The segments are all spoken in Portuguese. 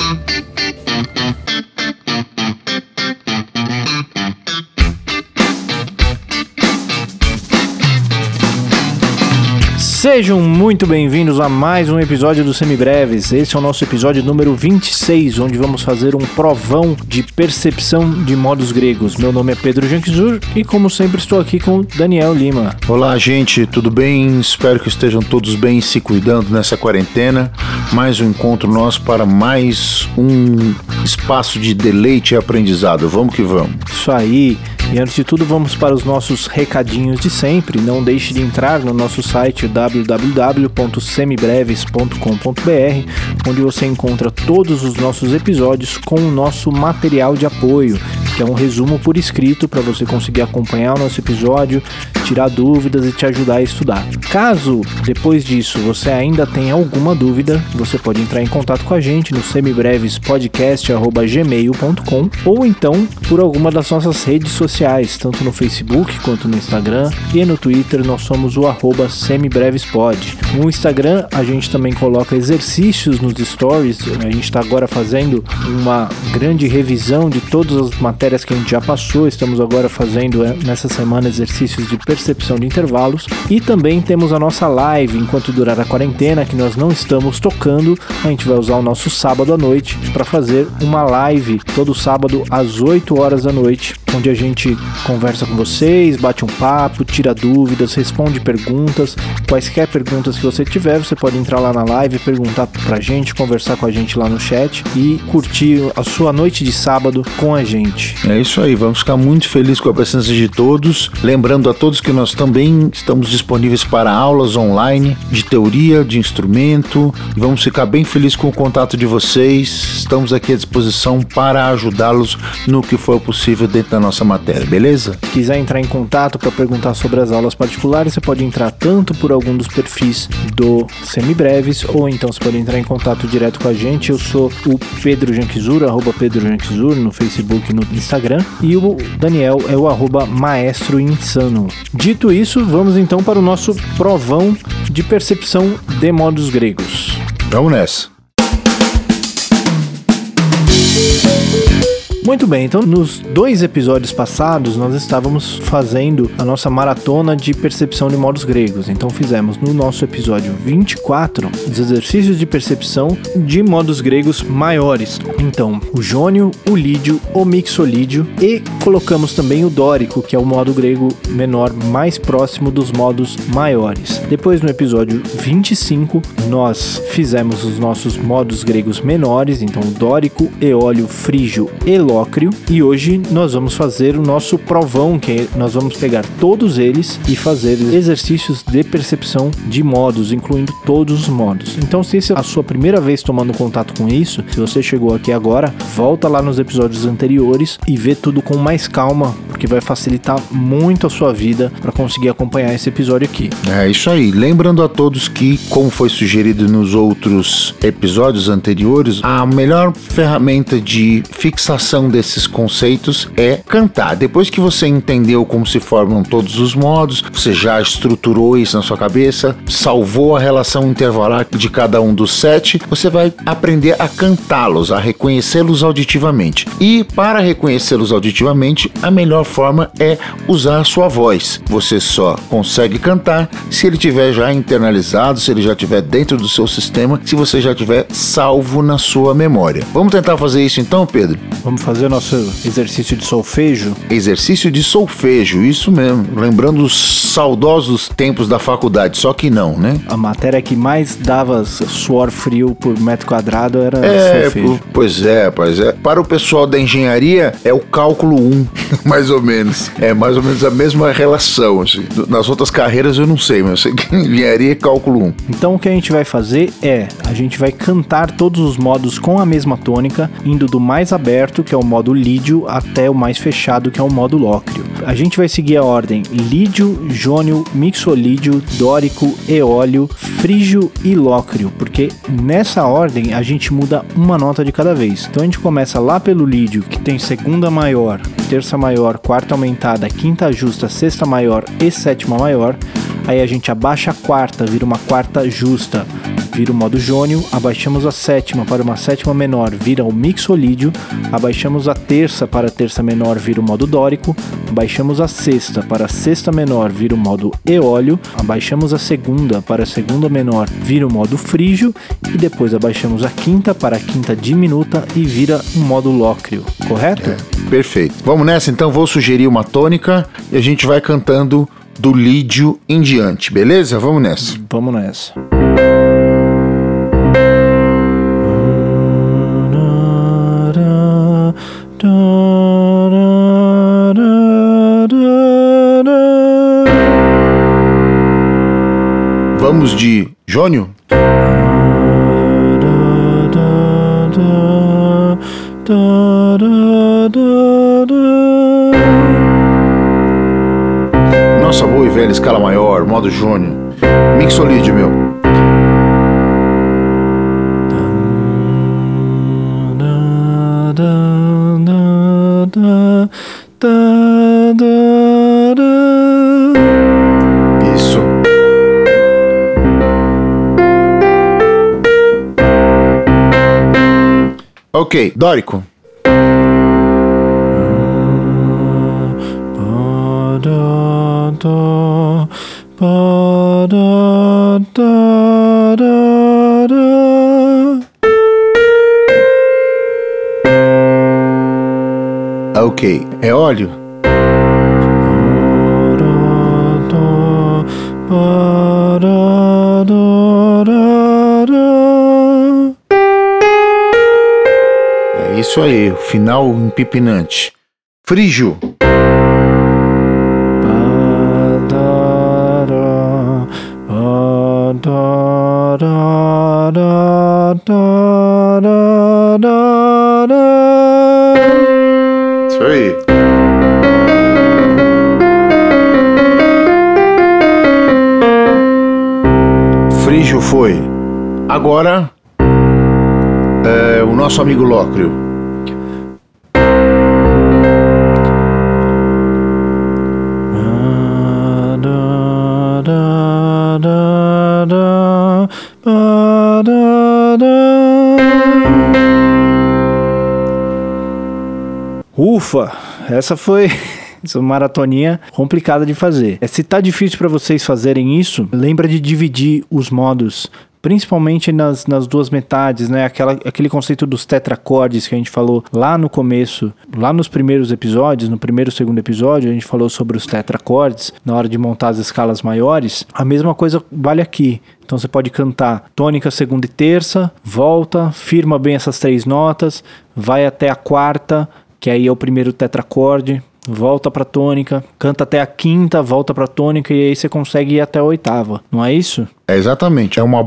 Sejam muito bem-vindos a mais um episódio do Semibreves. Esse é o nosso episódio número 26, onde vamos fazer um provão de percepção de modos gregos. Meu nome é Pedro Janquizur e, como sempre, estou aqui com Daniel Lima. Olá, gente, tudo bem? Espero que estejam todos bem se cuidando nessa quarentena. Mais um encontro nosso para mais um espaço de deleite e aprendizado. Vamos que vamos. Isso aí. E antes de tudo, vamos para os nossos recadinhos de sempre. Não deixe de entrar no nosso site www.semibreves.com.br, onde você encontra todos os nossos episódios com o nosso material de apoio, que é um resumo por escrito para você conseguir acompanhar o nosso episódio, tirar dúvidas e te ajudar a estudar. Caso, depois disso, você ainda tenha alguma dúvida, você pode entrar em contato com a gente no semibrevespodcast@gmail.com ou então por alguma das nossas redes sociais, tanto no Facebook quanto no Instagram, e no Twitter nós somos o @semibrevespod. No Instagram a gente também coloca exercícios nos stories. A gente está agora fazendo uma grande revisão de todas as matérias que a gente já passou. Estamos agora fazendo nessa semana exercícios de percepção de intervalos, e também temos a nossa live enquanto durar a quarentena, que nós não estamos tocando. A gente vai usar o nosso sábado à noite para fazer uma live todo sábado às 8 horas da noite, onde a gente conversa com vocês, bate um papo, tira dúvidas, responde perguntas. Quaisquer perguntas que você tiver, você pode entrar lá na live, perguntar pra gente, conversar com a gente lá no chat e curtir a sua noite de sábado com a gente. É isso aí, vamos ficar muito felizes com a presença de todos. Lembrando a todos que nós também estamos disponíveis para aulas online de teoria, de instrumento, e vamos ficar bem felizes com o contato de vocês. Estamos aqui à disposição para ajudá-los no que for possível dentro da nossa matéria, beleza? Se quiser entrar em contato para perguntar sobre as aulas particulares, você pode entrar tanto por algum dos perfis do Semibreves, ou então você pode entrar em contato direto com a gente. Eu sou o Pedro Janquizur, @PedroJanquizur no Facebook e no Instagram, e o Daniel é o @MaestroInsano. Dito isso, vamos então para o nosso provão de percepção de modos gregos. Vamos nessa. Muito bem, então nos 2 episódios passados nós estávamos fazendo a nossa maratona de percepção de modos gregos. Então fizemos no nosso episódio 24 os exercícios de percepção de modos gregos maiores. Então o jônio, o lídio, o mixolídio, e colocamos também o dórico, que é o modo grego menor mais próximo dos modos maiores. Depois no episódio 25 nós fizemos os nossos modos gregos menores, então o dórico, eólio, frígio e lócrio, e hoje nós vamos fazer o nosso provão, que nós vamos pegar todos eles e fazer exercícios de percepção de modos, incluindo todos os modos. Então, se essa é a sua primeira vez tomando contato com isso, se você chegou aqui agora, volta lá nos episódios anteriores e vê tudo com mais calma, porque vai facilitar muito a sua vida para conseguir acompanhar esse episódio aqui. É isso aí. Lembrando a todos que, como foi sugerido nos outros episódios anteriores, a melhor ferramenta de fixação desses conceitos é cantar. Depois que você entendeu como se formam todos os modos, você já estruturou isso na sua cabeça, salvou a relação intervalar de cada um dos 7, você vai aprender a cantá-los, a reconhecê-los auditivamente. E para reconhecê-los auditivamente, a melhor forma é usar a sua voz. Você só consegue cantar se ele estiver já internalizado, se ele já estiver dentro do seu sistema, se você já estiver salvo na sua memória. Vamos tentar fazer isso então, Pedro? Vamos fazer o nosso exercício de solfejo? Exercício de solfejo, isso mesmo. Lembrando os saudosos tempos da faculdade, só que não, né? A matéria que mais dava suor frio por metro quadrado era solfejo. Pois é. Para o pessoal da engenharia, é o cálculo 1, mais ou menos. É mais ou menos a mesma relação. Assim. Nas outras carreiras eu não sei, mas eu sei que engenharia é cálculo 1. Então o que a gente vai fazer é, a gente vai cantar todos os modos com a mesma tônica, indo do mais aberto, que é o modo lídio, até o mais fechado, que é o modo lócrio. A gente vai seguir a ordem lídio, jônio, mixolídio, dórico, eólio, frígio e lócrio, porque nessa ordem a gente muda uma nota de cada vez. Então a gente começa lá pelo lídio, que tem segunda maior, terça maior, quarta aumentada, quinta justa, sexta maior e sétima maior. Aí a gente abaixa a quarta, vira uma quarta justa, vira o modo jônio. Abaixamos a sétima para uma sétima menor, vira o mixolídio. Abaixamos a terça para a terça menor, vira o modo dórico. Abaixamos a sexta para a sexta menor, vira o modo eólio. Abaixamos a segunda para a segunda menor, vira o modo frígio. E depois abaixamos a quinta para a quinta diminuta e vira um modo lócreo, correto? Perfeito. Vamos nessa então, vou sugerir uma tônica e a gente vai cantando do lídio em diante, beleza? Vamos nessa. Vamos nessa. Vamos de jônio? Nossa boa e velha escala maior, modo jônio. Mixolídio, meu. Isso. Ok, dórico. Ok, é óleo? É isso aí, o final empipinante. Frígio. Isso aí. Frígio foi. Agora, o nosso amigo lócreo. Ufa, essa foi essa maratoninha complicada de fazer. Se tá difícil para vocês fazerem isso, lembra de dividir os modos, principalmente nas duas metades, né? Aquele conceito dos tetracordes que a gente falou lá no começo, lá nos primeiros episódios, no primeiro e segundo episódio, a gente falou sobre os tetracordes na hora de montar as escalas maiores. A mesma coisa vale aqui. Então você pode cantar tônica, segunda e terça, volta, firma bem essas três notas, vai até a quarta, que aí é o primeiro tetracorde, volta pra tônica, canta até a quinta, volta pra tônica e aí você consegue ir até a oitava, não é isso? É exatamente, é um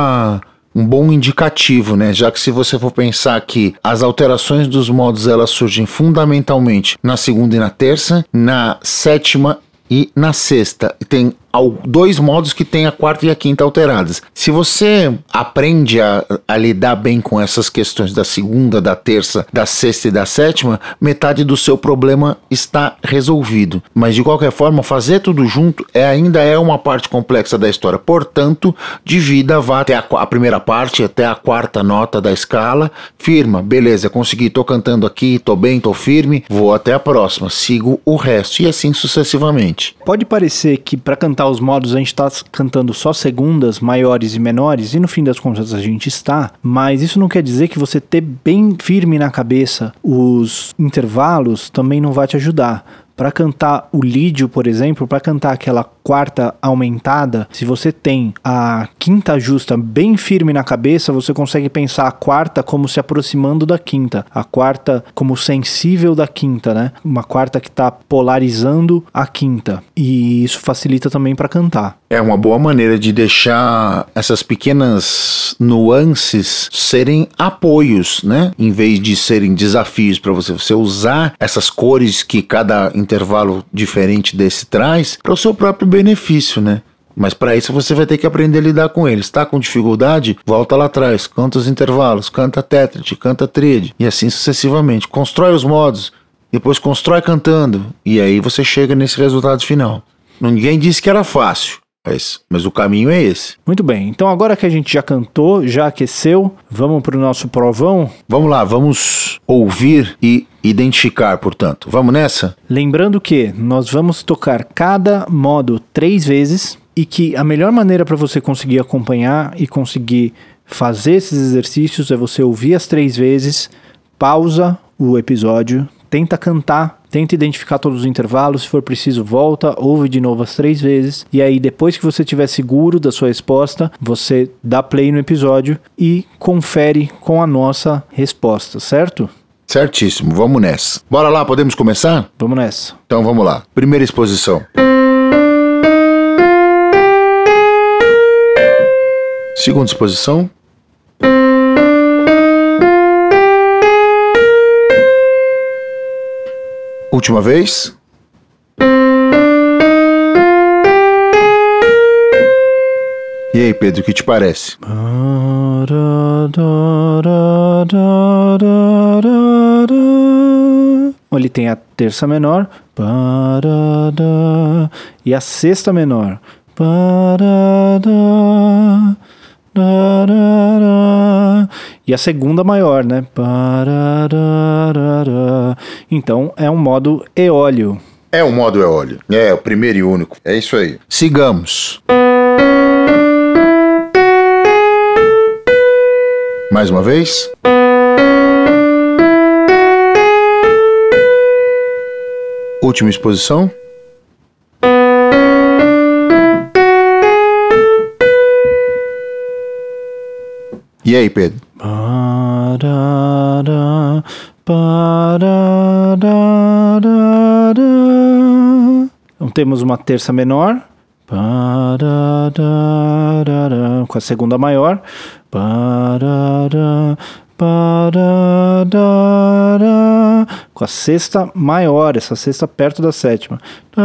bom indicativo, né? Já que se você for pensar que as alterações dos modos elas surgem fundamentalmente na segunda e na terça, na sétima e na sexta. Tem dois modos que tem a quarta e a quinta alteradas. Se você aprende a lidar bem com essas questões da segunda, da terça, da sexta e da sétima, metade do seu problema está resolvido. Mas de qualquer forma, fazer tudo junto ainda é uma parte complexa da história. Portanto, divida, vá até a primeira parte, até a quarta nota da escala, firma, beleza, consegui, tô cantando aqui, tô bem, tô firme, vou até a próxima, sigo o resto e assim sucessivamente. Pode parecer que para cantar os modos a gente está cantando só segundas, maiores e menores, e no fim das contas a gente está, mas isso não quer dizer que você ter bem firme na cabeça os intervalos também não vai te ajudar. Para cantar o lídio, por exemplo, para cantar aquela quarta aumentada, se você tem a quinta justa bem firme na cabeça, você consegue pensar a quarta como se aproximando da quinta, a quarta como sensível da quinta, né? Uma quarta que está polarizando a quinta, e isso facilita também para cantar. É uma boa maneira de deixar essas pequenas nuances serem apoios, né? Em vez de serem desafios para você usar essas cores que cada intervalo diferente desse traz para o seu próprio benefício, né? Mas para isso você vai ter que aprender a lidar com eles. Está com dificuldade? Volta lá atrás, canta os intervalos, canta tétrade, canta tríade e assim sucessivamente. Constrói os modos, depois constrói cantando e aí você chega nesse resultado final. Ninguém disse que era fácil, Mas o caminho é esse. Muito bem, então agora que a gente já cantou, já aqueceu, vamos pro nosso provão? Vamos lá, vamos ouvir e identificar, portanto. Vamos nessa? Lembrando que nós vamos tocar cada modo 3 vezes e que a melhor maneira para você conseguir acompanhar e conseguir fazer esses exercícios é você ouvir as 3 vezes, pausa o episódio, tenta cantar, tenta identificar todos os intervalos, se for preciso volta, ouve de novo as 3 vezes e aí depois que você estiver seguro da sua resposta, você dá play no episódio e confere com a nossa resposta, certo? Certíssimo, vamos nessa. Bora lá, podemos começar? Vamos nessa. Então vamos lá. Primeira exposição. Segunda exposição. Última vez. E aí, Pedro, o que te parece? Ele tem a terça menor e a sexta menor. E a segunda maior, né? Então é um modo eólio. É o modo eólio. É o primeiro e único. É isso aí. Sigamos. Mais uma vez. Última exposição. E aí, Pedro? Então temos uma terça menor com a segunda maior com a sexta maior, essa sexta perto da sétima.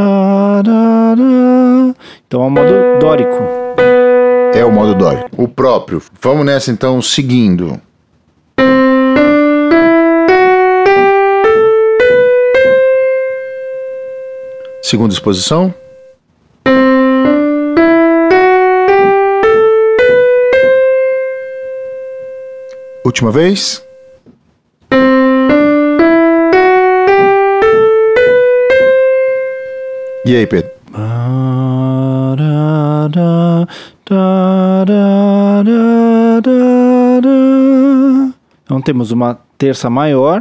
Então é o modo dórico. É o modo dórico. O próprio. Vamos nessa então, seguindo. Segunda exposição. Última vez. E aí, Pedro? Então temos uma terça maior,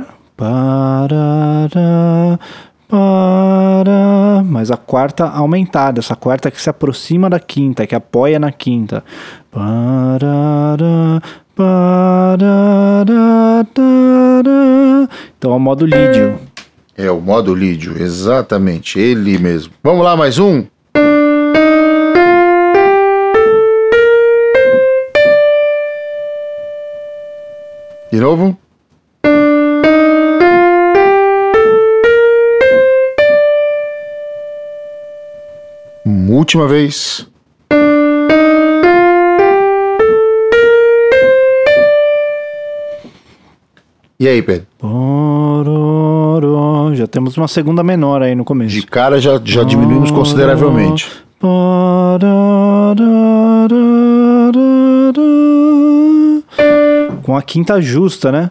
mas a quarta aumentada, essa quarta que se aproxima da quinta, que apoia na quinta. Então é o modo lídio. É o modo lídio, exatamente, ele mesmo. Vamos lá, mais um. De novo. Última vez. E aí, Pedro? Já temos uma segunda menor aí no começo. De cara já diminuímos consideravelmente. Com a quinta justa, né?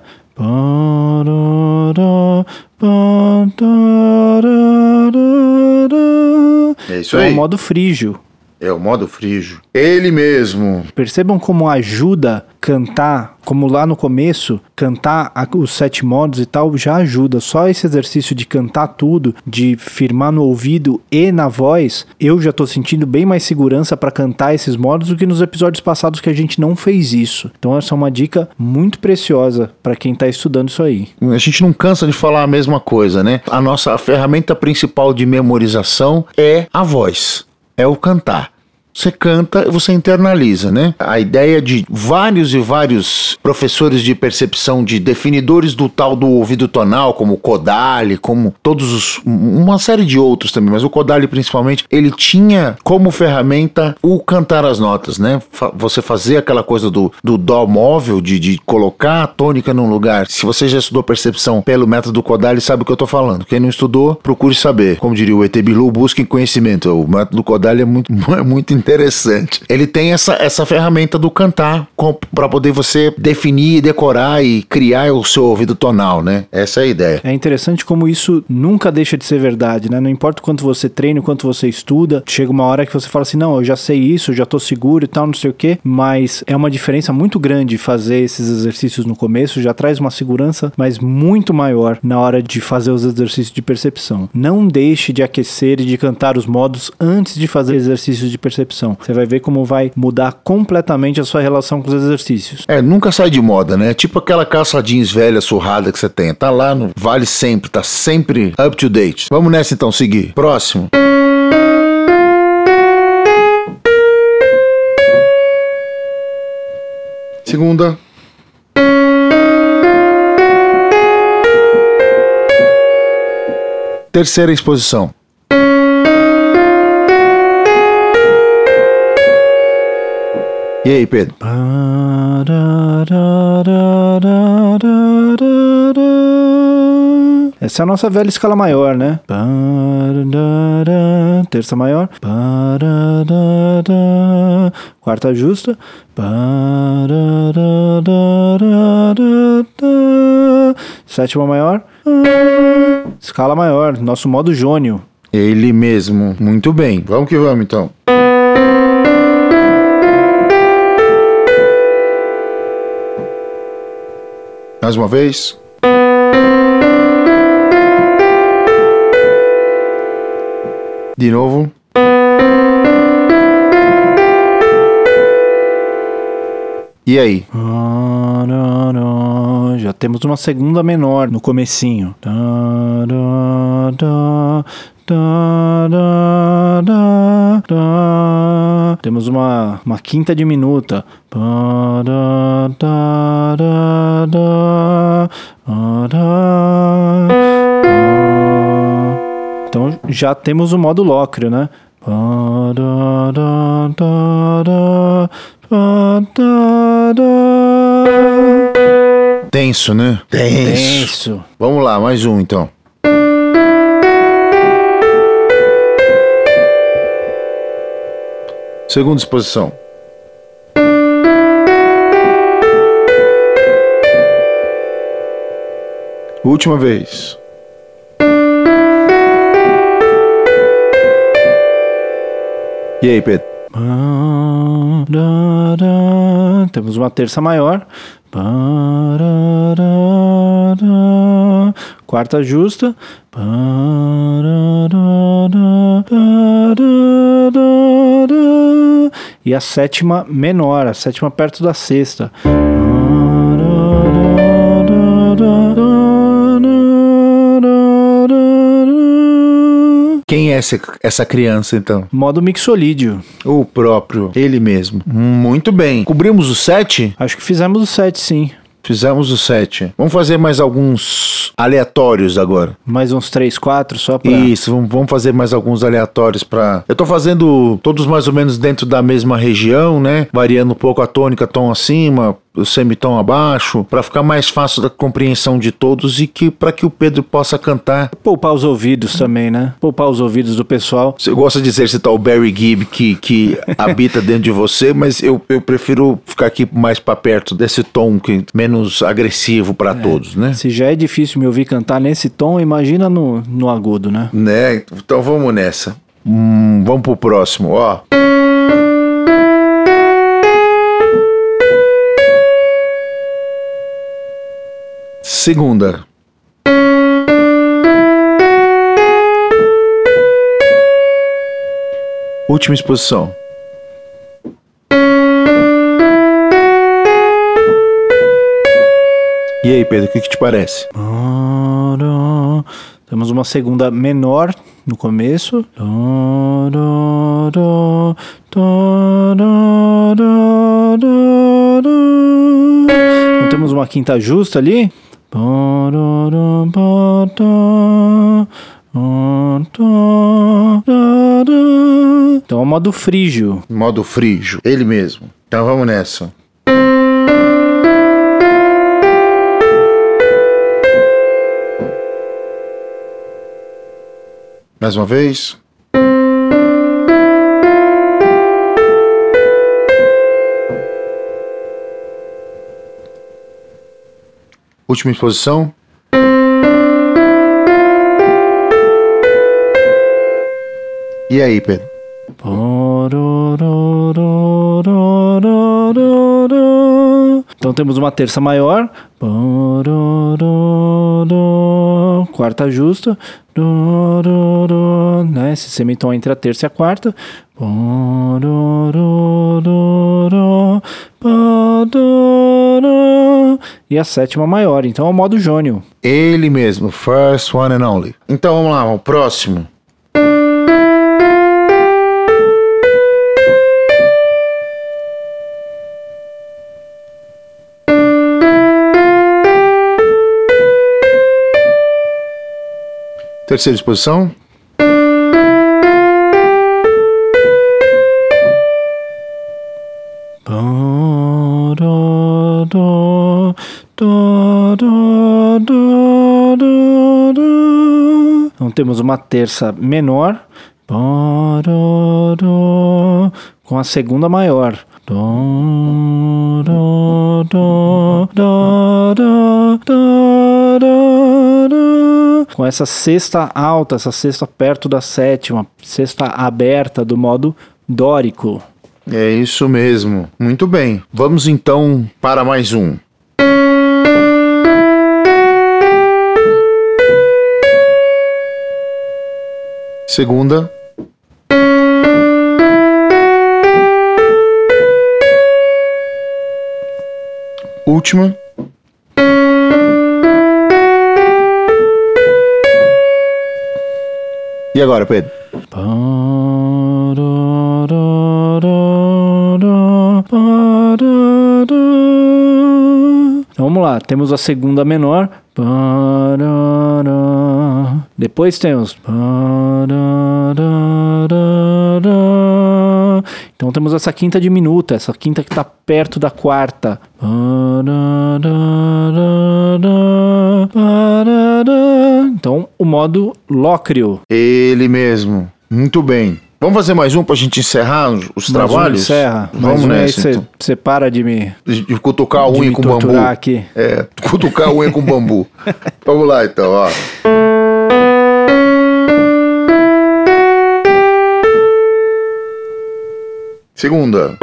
É isso aí. É o modo frígio. É o modo frígio. Ele mesmo. Percebam como ajuda cantar, como lá no começo, cantar os 7 modos e tal, já ajuda. Só esse exercício de cantar tudo, de firmar no ouvido e na voz, eu já tô sentindo bem mais segurança para cantar esses modos do que nos episódios passados que a gente não fez isso. Então essa é uma dica muito preciosa para quem tá estudando isso aí. A gente não cansa de falar a mesma coisa, né? A ferramenta principal de memorização é a voz. É o cantar. Você canta, você internaliza, né? A ideia de vários e vários professores de percepção, de definidores do tal do ouvido tonal, como o Kodály, como uma série de outros também, mas o Kodály principalmente, ele tinha como ferramenta o cantar as notas, né? Você fazer aquela coisa do dó móvel, de colocar a tônica num lugar. Se você já estudou percepção pelo método Kodály, sabe o que eu tô falando. Quem não estudou, procure saber. Como diria o ET Bilu, busquem conhecimento. O método Kodály é muito Interessante. Ele tem essa ferramenta do cantar para poder você definir, decorar e criar o seu ouvido tonal, né? Essa é a ideia. É interessante como isso nunca deixa de ser verdade, né? Não importa o quanto você treina, o quanto você estuda, chega uma hora que você fala assim, não, eu já sei isso, eu já tô seguro e tal, não sei o quê, mas é uma diferença muito grande fazer esses exercícios no começo, já traz uma segurança, mas muito maior na hora de fazer os exercícios de percepção. Não deixe de aquecer e de cantar os modos antes de fazer exercícios de percepção. Você vai ver como vai mudar completamente a sua relação com os exercícios. Nunca sai de moda, né? Tipo aquela calça jeans velha, surrada que você tem. Tá lá, vale sempre, tá sempre up to date. Vamos nessa então, seguir. Próximo. Segunda. Terceira exposição. E aí, Pedro? Essa é a nossa velha escala maior, né? Terça maior. Quarta justa. Sétima maior. Escala maior. Nosso modo jônio. Ele mesmo. Muito bem. Vamos que vamos, então. Mais uma vez. De novo. E aí? Já temos uma segunda menor no comecinho. Temos uma quinta diminuta. Então já temos o modo lócreo, né? Tenso, né? Tenso. Vamos lá, mais um então. Segunda exposição. Última vez. E aí, Pedro? Temos uma terça maior. Quarta justa. E a sétima menor, a sétima perto da sexta. Quem é essa criança, então? Modo mixolídio. O próprio, ele mesmo. Muito bem. Cobrimos o 7? Acho que fizemos o 7, sim. Fizemos o 7. Vamos fazer mais alguns aleatórios agora. Mais uns 3, 4 só pra... Isso, vamos fazer mais alguns aleatórios pra... Eu tô fazendo todos mais ou menos dentro da mesma região, né? Variando um pouco a tônica, tom acima, o semitom abaixo, pra ficar mais fácil da compreensão de todos e para que o Pedro possa cantar. Poupar os ouvidos também, né? Poupar os ouvidos do pessoal. Você gosta de exercitar o Barry Gibb que habita dentro de você, mas eu prefiro ficar aqui mais pra perto desse tom menos agressivo pra todos, né? Se já é difícil me ouvir cantar nesse tom, imagina no agudo, né? Né? Então vamos nessa. Vamos pro próximo, ó. Segunda. Última exposição. E aí, Pedro, o que te parece? Temos uma segunda menor no começo. Não temos uma quinta justa ali? Então é o modo frígio. Modo frígio, ele mesmo. Então vamos nessa. Mais uma vez. Última exposição. E aí, Pedro? Então temos uma terça maior, quarta justa, né? Esse semitom entre a terça e a quarta, e a sétima maior. Então é o modo jônio. Ele mesmo, first one and only. Então vamos lá, o próximo. Terceira exposição. Então temos uma terça menor com a segunda maior. Com essa sexta alta, essa sexta perto da sétima, sexta aberta do modo dórico. É isso mesmo. Muito bem. Vamos então para mais um. Segunda. Última. E agora, Pedro? Então, vamos lá, temos a segunda menor. Depois temos. Então temos essa quinta diminuta, essa quinta que está perto da quarta. Então o modo lócreo. Ele mesmo. Muito bem. Vamos fazer mais um pra gente encerrar os trabalhos? Encerra. Vamos nessa, então. Você para de me... De cutucar a unha com bambu. Aqui. Cutucar a unha com bambu. Vamos lá então, ó. Segunda.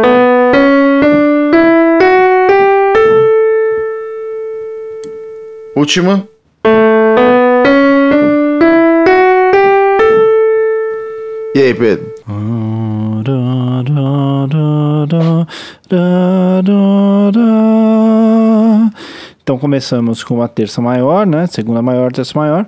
Última. E aí, Pedro? Então começamos com uma terça maior, né? Segunda maior, terça maior.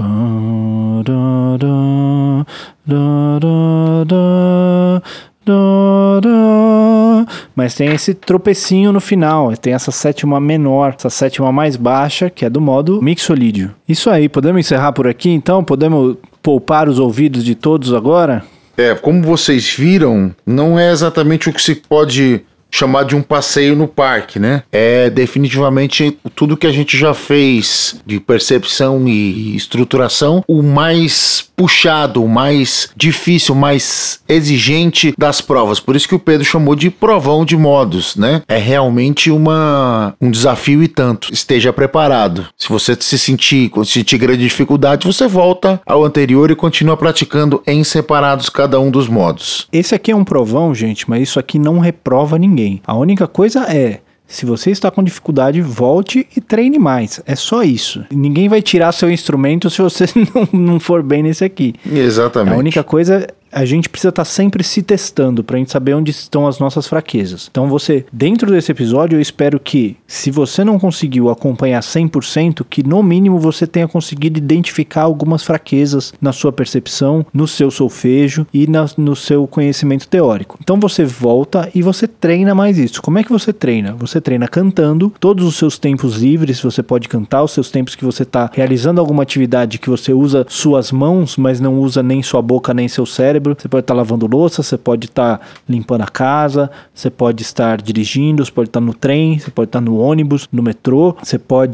Mas tem esse tropecinho no final, tem essa sétima menor, essa sétima mais baixa, que é do modo mixolídio. Isso aí, podemos encerrar por aqui então? Podemos poupar os ouvidos de todos agora? Como vocês viram, não é exatamente o que se pode chamar de um passeio no parque, né? É definitivamente tudo que a gente já fez de percepção e estruturação, o mais puxado, o mais difícil, o mais exigente das provas. Por isso que o Pedro chamou de provão de modos, né? É realmente um desafio e tanto. Esteja preparado. Se você sentir grande dificuldade, você volta ao anterior e continua praticando em separados cada um dos modos. Esse aqui é um provão, gente, mas isso aqui não reprova ninguém. A única coisa é, se você está com dificuldade, volte e treine mais. É só isso. Ninguém vai tirar seu instrumento se você não for bem nesse aqui. Exatamente. A única coisa, a gente precisa estar sempre se testando para a gente saber onde estão as nossas fraquezas. Então você, dentro desse episódio, eu espero que, se você não conseguiu acompanhar 100%, que no mínimo você tenha conseguido identificar algumas fraquezas na sua percepção, no seu solfejo e no seu conhecimento teórico. Então você volta e você treina mais isso. Como é que você treina? Você treina cantando, todos os seus tempos livres você pode cantar, os seus tempos que você está realizando alguma atividade que você usa suas mãos, mas não usa nem sua boca nem seu cérebro. Você pode estar lavando louça, você pode estar limpando a casa, você pode estar dirigindo, você pode estar no trem, você pode estar no ônibus, no metrô, você pode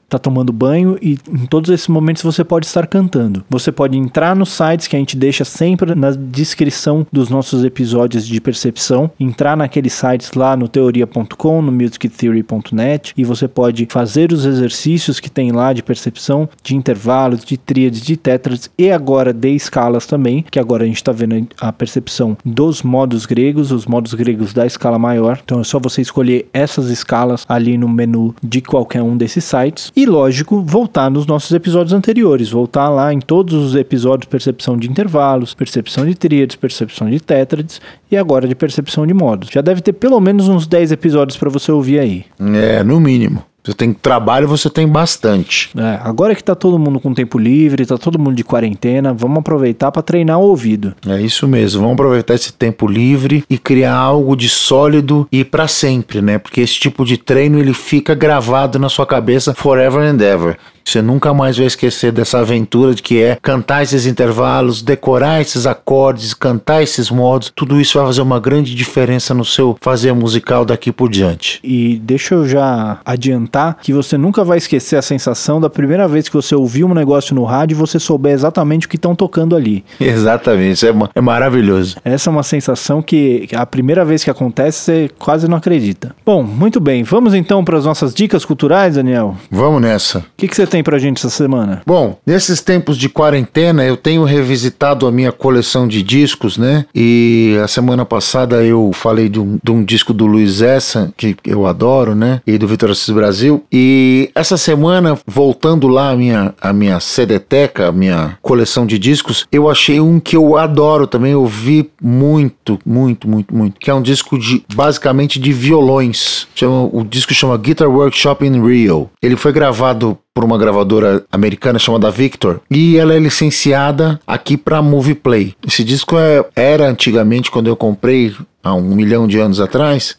tá tomando banho e em todos esses momentos você pode estar cantando. Você pode entrar nos sites que a gente deixa sempre na descrição dos nossos episódios de percepção, entrar naqueles sites lá no teoria.com, no musictheory.net, e você pode fazer os exercícios que tem lá de percepção, de intervalos, de tríades, de tétrades e agora de escalas também, que agora a gente está vendo a percepção dos modos gregos, os modos gregos da escala maior. Então é só você escolher essas escalas ali no menu de qualquer um desses sites e, lógico, voltar nos nossos episódios anteriores, voltar lá em todos os episódios, percepção de intervalos, percepção de tríades, percepção de tétrades e agora de percepção de modos. Já deve ter pelo menos uns 10 episódios para você ouvir aí. No mínimo. Você tem trabalho, você tem bastante. Agora que tá todo mundo com tempo livre, tá todo mundo de quarentena, vamos aproveitar para treinar o ouvido. É isso mesmo, vamos aproveitar esse tempo livre e criar algo de sólido e para sempre, né? Porque esse tipo de treino ele fica gravado na sua cabeça forever and ever. Você nunca mais vai esquecer dessa aventura de que é cantar esses intervalos, decorar esses acordes, cantar esses modos. Tudo isso vai fazer uma grande diferença no seu fazer musical daqui por diante. E deixa eu já adiantar que você nunca vai esquecer a sensação da primeira vez que você ouviu um negócio no rádio e você souber exatamente o que estão tocando ali. Exatamente, isso é maravilhoso. Essa é uma sensação que a primeira vez que acontece você quase não acredita. Bom, muito bem, vamos então para as nossas dicas culturais, Daniel? Vamos nessa. O que você tem pra gente essa semana? Bom, nesses tempos de quarentena eu tenho revisitado a minha coleção de discos, né? E a semana passada eu falei de um disco do Luiz Essa, que eu adoro, né? E do Vitor Assis Brasil. E essa semana, voltando lá a minha CDteca, a minha coleção de discos, eu achei um que eu adoro também, eu ouvi muito, que é um disco basicamente de violões. O disco chama Guitar Workshop in Rio. Ele foi gravado por uma gravadora americana chamada Victor e ela é licenciada aqui para Movieplay. Esse disco era antigamente, quando eu comprei há 1 milhão de anos atrás,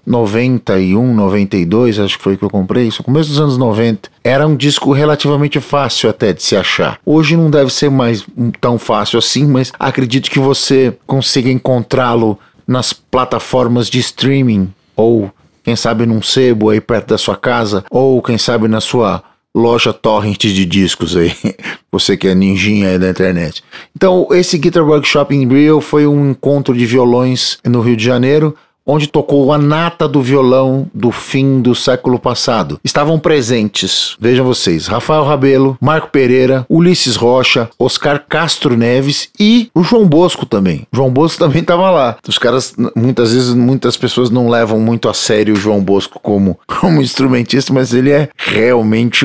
91, 92, acho que foi que eu comprei, isso no começo dos anos 90, era um disco relativamente fácil até de se achar. Hoje não deve ser mais tão fácil assim, mas acredito que você consiga encontrá-lo nas plataformas de streaming, ou quem sabe num sebo aí perto da sua casa, ou quem sabe na sua loja torrent de discos aí, você que é ninjinha aí da internet. Então, esse Guitar Workshop in Rio foi um encontro de violões no Rio de Janeiro, onde tocou a nata do violão do fim do século passado. Estavam presentes, vejam vocês, Rafael Rabelo, Marco Pereira, Ulisses Rocha, Oscar Castro Neves e o João Bosco também. O João Bosco também estava lá. Os caras, muitas vezes, muitas pessoas não levam muito a sério o João Bosco como instrumentista, mas ele é realmente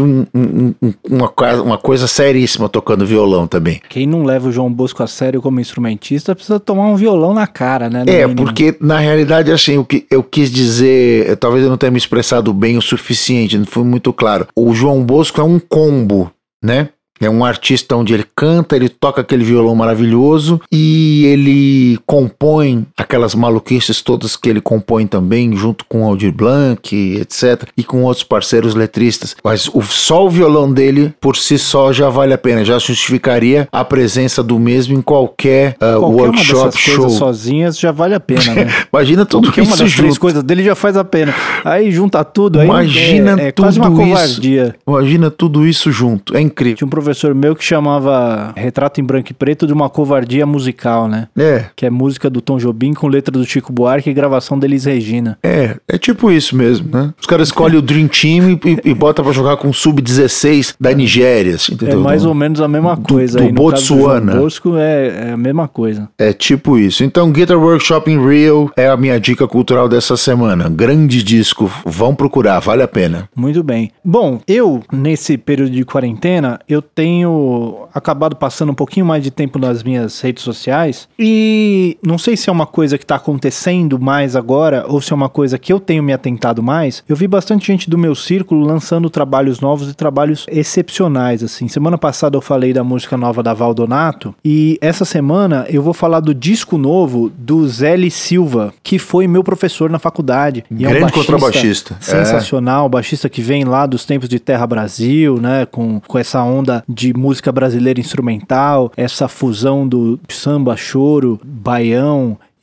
uma coisa seríssima tocando violão também. Quem não leva o João Bosco a sério como instrumentista precisa tomar um violão na cara, né? Porque na realidade assim, o que eu quis dizer, talvez eu não tenha me expressado bem o suficiente, não foi muito claro. O João Bosco é um combo, né? É um artista onde ele canta, ele toca aquele violão maravilhoso e ele compõe aquelas maluquices todas que ele compõe também, junto com o Aldir Blanc, etc. E com outros parceiros letristas. Mas só o violão dele, por si só, já vale a pena. Já justificaria a presença do mesmo em qualquer workshop, show. Coisas sozinhas já vale a pena, né? Imagina tudo isso uma das junto. 3 coisas dele já faz a pena. Aí junta tudo, aí é quase uma covardia. Imagina tudo isso junto. É incrível. Tinha um professor meu que chamava Retrato em Branco e Preto de uma covardia musical, né? Que é música do Tom Jobim com letra do Chico Buarque e gravação da Elis Regina. É tipo isso mesmo, né? Os caras escolhem o Dream Team e botam pra jogar com o Sub-16 da Nigéria, assim, entendeu? É mais ou menos a mesma coisa. Do Botsuana. No João Bosco é a mesma coisa. É tipo isso. Então, Guitar Workshop in Rio é a minha dica cultural dessa semana. Grande disco, vão procurar, vale a pena. Muito bem. Bom, eu, nesse período de quarentena, eu tenho acabado passando um pouquinho mais de tempo nas minhas redes sociais e não sei se é uma coisa que está acontecendo mais agora ou se é uma coisa que eu tenho me atentado mais. Eu vi bastante gente do meu círculo lançando trabalhos novos e trabalhos excepcionais, assim. Semana passada eu falei da música nova da Val Donato e essa semana eu vou falar do disco novo do Zélio Silva, que foi meu professor na faculdade. E grande é um contrabaixista. Sensacional, baixista que vem lá dos tempos de Terra Brasil, né, com essa onda de música brasileira instrumental, essa fusão do samba, choro, baião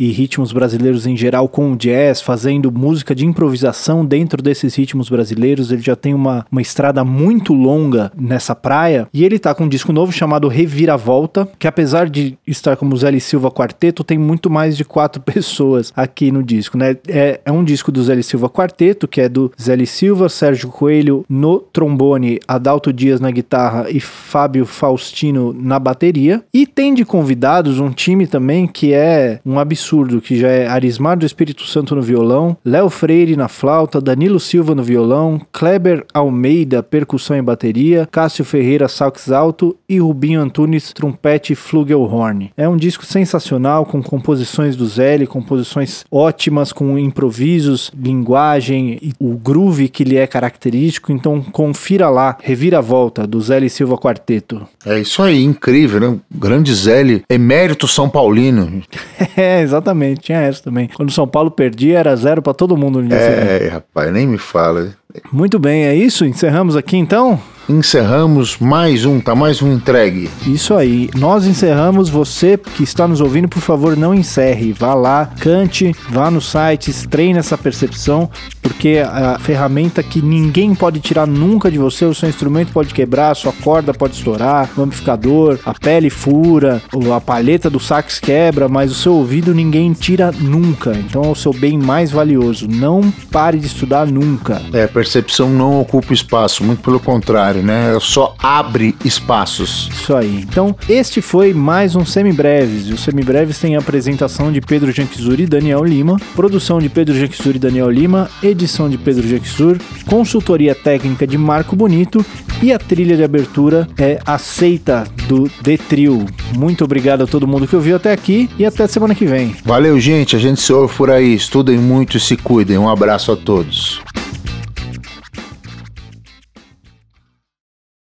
e ritmos brasileiros em geral com o jazz, fazendo música de improvisação dentro desses ritmos brasileiros. Ele já tem uma estrada muito longa nessa praia, e ele tá com um disco novo chamado Reviravolta, que apesar de estar como Zé L. Silva Quarteto, tem muito mais de 4 pessoas aqui no disco, né? É um disco do Zé L. Silva Quarteto, que é do Zé L. Silva, Sérgio Coelho no trombone, Adalto Dias na guitarra e Fábio Faustino na bateria. E tem de convidados um time também que é um absurdo, que já é Arismar do Espírito Santo no violão, Léo Freire na flauta, Danilo Silva no violão, Kleber Almeida, percussão e bateria, Cássio Ferreira, sax alto e Rubinho Antunes, trompete e flugelhorn. É um disco sensacional, com composições do Zé L, composições ótimas, com improvisos, linguagem e o groove que lhe é característico. Então confira lá, Reviravolta, do Zé L. Silva Quarteto. É isso aí, incrível, né? Grande Zé L, emérito São Paulino. É, exatamente, tinha essa também. Quando o São Paulo perdia, era 0 pra todo mundo no dia seguinte. Rapaz, nem me fala. Muito bem, é isso? Encerramos aqui então? Encerramos mais um entregue. Isso aí, nós encerramos. Você que está nos ouvindo, por favor, não encerre. Vá lá, cante, vá no site, treine essa percepção, porque a ferramenta que ninguém pode tirar nunca de você. O seu instrumento pode quebrar, a sua corda pode estourar, o amplificador, a pele fura, a palheta do sax quebra, mas o seu ouvido ninguém tira nunca. Então é o seu bem mais valioso. Não pare de estudar nunca. A percepção não ocupa espaço, muito pelo contrário, né? Só abre espaços. Isso aí. Então, este foi mais um Semibreves. E os Semibreves tem a apresentação de Pedro Janquizuri e Daniel Lima, produção de Pedro Janquizuri e Daniel Lima, edição de Pedro Janquizuri, consultoria técnica de Marco Bonito, e a trilha de abertura é Aceita, do The Trio. Muito obrigado a todo mundo que ouviu até aqui e até semana que vem. Valeu, gente. A gente se ouve por aí. Estudem muito e se cuidem. Um abraço a todos.